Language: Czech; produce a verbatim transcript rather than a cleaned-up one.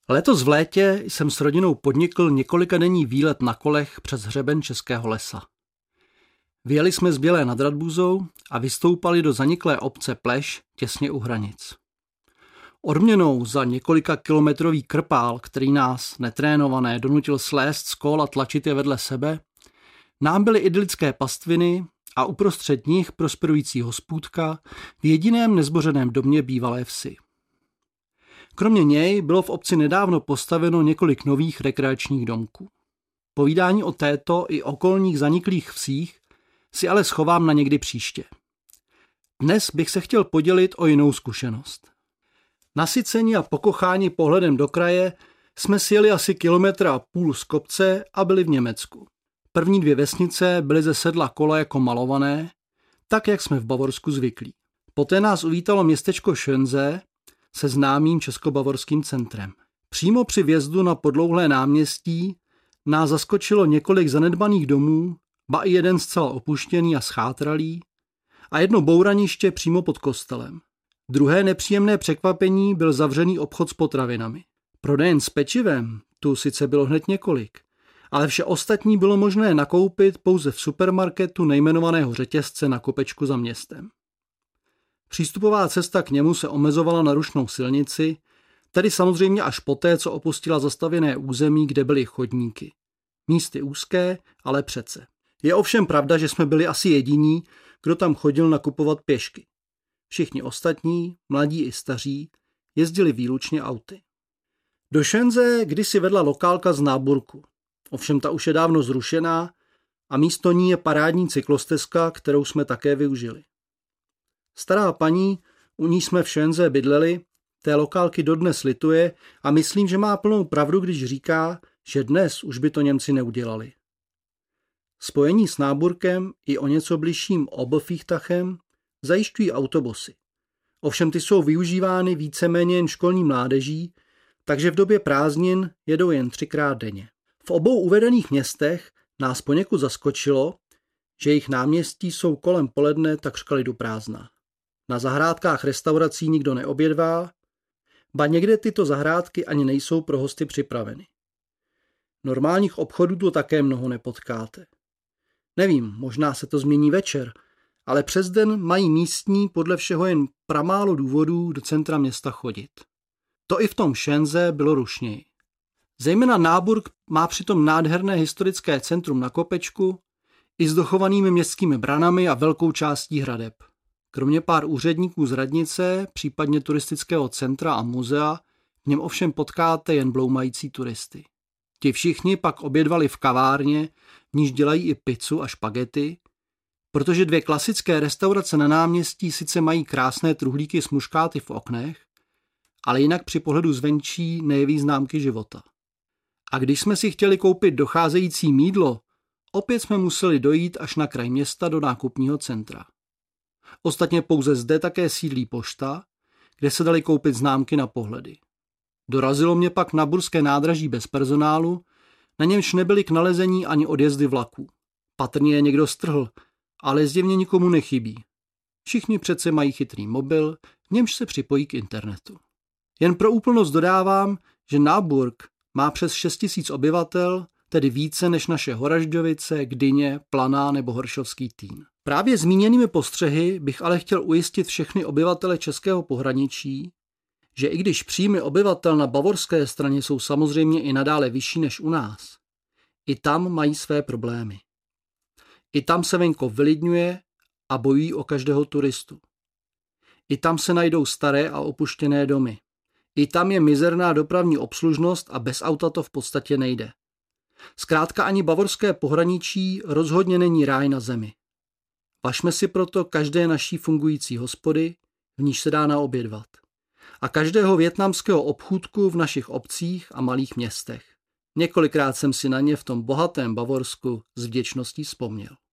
Letos v létě jsem s rodinou podnikl několikadenní výlet na kolech přes hřeben Českého lesa. Vyjeli jsme z Bělé nad Radbuzou a vystoupali do zaniklé obce Pleš těsně u hranic. Odměnou za několika kilometrový krpál, který nás, netrénované, donutil slést z kol a tlačit je vedle sebe, nám byly idylické pastviny a uprostřed nich prosperující hospůdka v jediném nezbořeném domě bývalé vsi. Kromě něj bylo v obci nedávno postaveno několik nových rekreačních domků. Povídání o této i okolních zaniklých vsích si ale schovám na někdy příště. Dnes bych se chtěl podělit o jinou zkušenost. Nasyceni a pokocháni pohledem do kraje jsme sjeli asi kilometr a půl z kopce a byli v Německu. První dvě vesnice byly ze sedla kola jako malované, tak jak jsme v Bavorsku zvyklí. Poté nás uvítalo městečko Schönse se známým českobavorským centrem. Přímo při vjezdu na podlouhlé náměstí nás zaskočilo několik zanedbaných domů, ba i jeden zcela opuštěný a schátralý, a jedno bouraniště přímo pod kostelem. Druhé nepříjemné překvapení byl zavřený obchod s potravinami. Prodejen s pečivem tu sice bylo hned několik, ale vše ostatní bylo možné nakoupit pouze v supermarketu nejmenovaného řetězce na kopečku za městem. Přístupová cesta k němu se omezovala na rušnou silnici, tedy samozřejmě až poté, co opustila zastavěné území, kde byly chodníky. Místy úzké, ale přece. Je ovšem pravda, že jsme byli asi jediní, kdo tam chodil nakupovat pěšky. Všichni ostatní, mladí i staří, jezdili výlučně auty. Do Schönse kdysi vedla lokálka z Náburku. Ovšem ta už je dávno zrušená a místo ní je parádní cyklostezka, kterou jsme také využili. Stará paní, u ní jsme v Schönse bydleli, té lokálky dodnes lituje a myslím, že má plnou pravdu, když říká, že dnes už by to Němci neudělali. Spojení s Náburkem i o něco bližším Oberfichtachem zajišťují autobusy. Ovšem ty jsou využívány víceméně jen školní mládeží, takže v době prázdnin jedou jen třikrát denně. V obou uvedených městech nás poněkud zaskočilo, že jejich náměstí jsou kolem poledne takřka liduprázdná. Na zahrádkách restaurací nikdo neobědvá, ba někde tyto zahrádky ani nejsou pro hosty připraveny. Normálních obchodů tu také mnoho nepotkáte. Nevím, možná se to změní večer, ale přes den mají místní podle všeho jen pramálo důvodů do centra města chodit. To i v tom Schönse bylo rušněji. Zejména Náburk má přitom nádherné historické centrum na kopečku i s dochovanými městskými branami a velkou částí hradeb. Kromě pár úředníků z radnice, případně turistického centra a muzea, v něm ovšem potkáte jen bloumající turisty. Ti všichni pak obědvali v kavárně, v níž dělají i pizzu a špagety, protože dvě klasické restaurace na náměstí sice mají krásné truhlíky s muškáty v oknech, ale jinak při pohledu zvenčí nejeví známky života. A když jsme si chtěli koupit docházející mýdlo, opět jsme museli dojít až na kraj města do nákupního centra. Ostatně pouze zde také sídlí pošta, kde se daly koupit známky na pohledy. Dorazilo mě pak na burské nádraží bez personálu, na němž nebyly k nalezení ani odjezdy vlaků. Patrně je někdo strhl, ale zjevně nikomu nechybí. Všichni přece mají chytrý mobil, v němž se připojí k internetu. Jen pro úplnost dodávám, že Náburk má přes šest tisíc obyvatel, tedy více než naše Horažďovice, Gdyně, Planá nebo Horšovský Týn. Právě zmíněnými postřehy bych ale chtěl ujistit všechny obyvatele českého pohraničí, že i když příjmy obyvatel na bavorské straně jsou samozřejmě i nadále vyšší než u nás, i tam mají své problémy. I tam se venkov vylidňuje a bojují o každého turistu. I tam se najdou staré a opuštěné domy. I tam je mizerná dopravní obslužnost a bez auta to v podstatě nejde. Zkrátka ani bavorské pohraničí rozhodně není ráj na zemi. Važme si proto každé naší fungující hospody, v níž se dá naobědvat. A každého vietnamského obchůdku v našich obcích a malých městech. Několikrát jsem si na ně v tom bohatém Bavorsku s vděčností vzpomněl.